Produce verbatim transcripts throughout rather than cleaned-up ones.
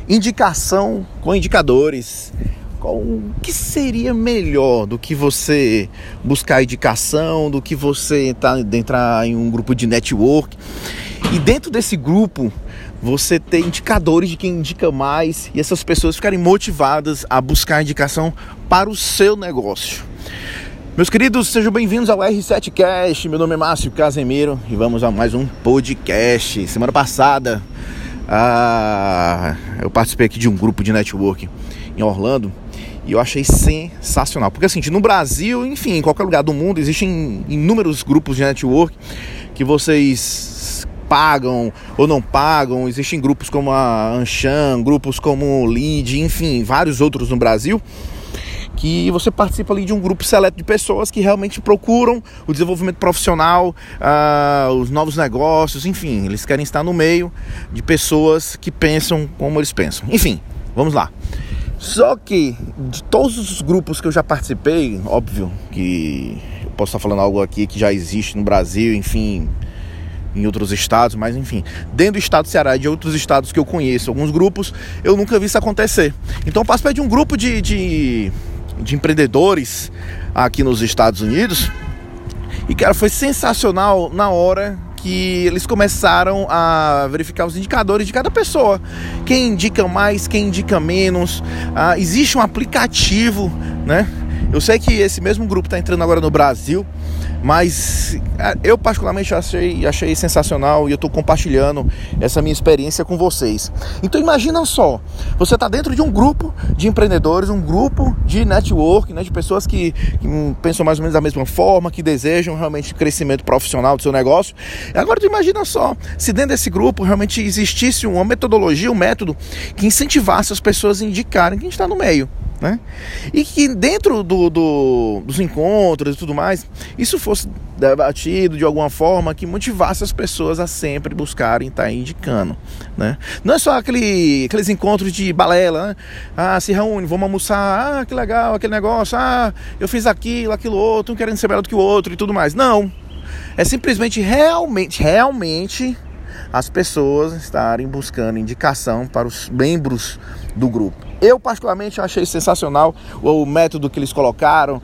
Indicação com indicadores. O que seria melhor do que você buscar indicação, do que você entrar, entrar em um grupo de network e dentro desse grupo você ter indicadores de quem indica mais e essas pessoas ficarem motivadas a buscar indicação para o seu negócio. Meus queridos, sejam bem-vindos ao R sete Cast. Meu nome é Márcio Casemiro e vamos a mais um podcast. Semana passada ah, eu participei aqui de um grupo de network em Orlando e eu achei sensacional, porque assim, no Brasil, enfim, em qualquer lugar do mundo existem inúmeros grupos de network que vocês pagam ou não pagam. Existem grupos como a Anshan, grupos como o Lead, enfim, vários outros no Brasil, que você participa ali de um grupo seleto de pessoas que realmente procuram o desenvolvimento profissional, uh, os novos negócios, enfim, eles querem estar no meio de pessoas que pensam como eles pensam. Enfim, vamos lá. Só que de todos os grupos que eu já participei, óbvio que eu posso estar falando algo aqui que já existe no Brasil, enfim, em outros estados, mas enfim, dentro do estado do Ceará e de outros estados que eu conheço, alguns grupos, eu nunca vi isso acontecer. Então eu participei de um grupo de, de, de empreendedores aqui nos Estados Unidos e, cara, foi sensacional na hora que eles começaram a verificar os indicadores de cada pessoa. Quem indica mais, quem indica menos. Ah, existe um aplicativo, né? Eu sei que esse mesmo grupo está entrando agora no Brasil, mas eu particularmente achei, achei sensacional e eu estou compartilhando essa minha experiência com vocês. Então imagina só, você está dentro de um grupo de empreendedores, um grupo de network, né, de pessoas que, que pensam mais ou menos da mesma forma, que desejam realmente crescimento profissional do seu negócio. Agora tu imagina só, se dentro desse grupo realmente existisse uma metodologia, um método que incentivasse as pessoas a indicarem quem está no meio, né? E que dentro do, do, dos encontros e tudo mais, isso fosse debatido de alguma forma que motivasse as pessoas a sempre buscarem estar indicando, né? Não é só aquele, aqueles encontros de balela, né? Ah, se reúne, vamos almoçar, ah, que legal, aquele negócio, ah, eu fiz aquilo, aquilo outro, um querendo ser melhor do que o outro e tudo mais. Não, é simplesmente realmente, realmente as pessoas estarem buscando indicação para os membros do grupo. Eu particularmente achei sensacional o método que eles colocaram.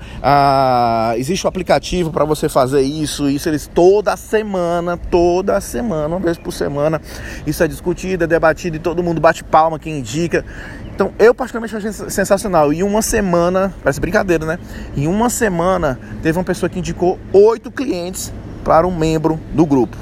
Ah, existe um aplicativo para você fazer isso. Isso eles toda semana, toda semana, uma vez por semana, isso é discutido, é debatido e todo mundo bate palma, quem indica. Então eu particularmente achei sensacional. Em uma semana, parece brincadeira, né? Em uma semana teve uma pessoa que indicou oito clientes para um membro do grupo.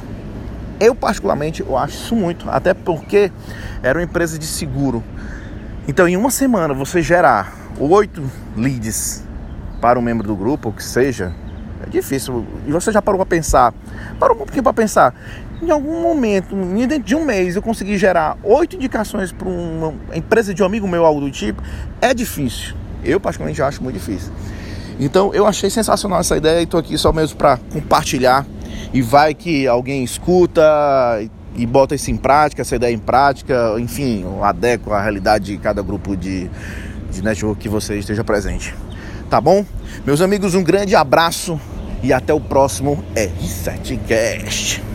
Eu particularmente eu acho isso muito, até porque era uma empresa de seguro. Então em uma semana você gerar oito leads para um membro do grupo, ou que seja, é difícil. E você já parou para pensar, parou um pouquinho para pensar, em algum momento, dentro de um mês eu consegui gerar oito indicações para uma empresa de um amigo meu, algo do tipo, é difícil. Eu particularmente acho muito difícil. Então eu achei sensacional essa ideia e estou aqui só mesmo para compartilhar. E vai que alguém escuta e bota isso em prática, essa ideia em prática, enfim, adequa à realidade de cada grupo de, de network que você esteja presente. Tá bom? Meus amigos, um grande abraço e até o próximo R sete Cast.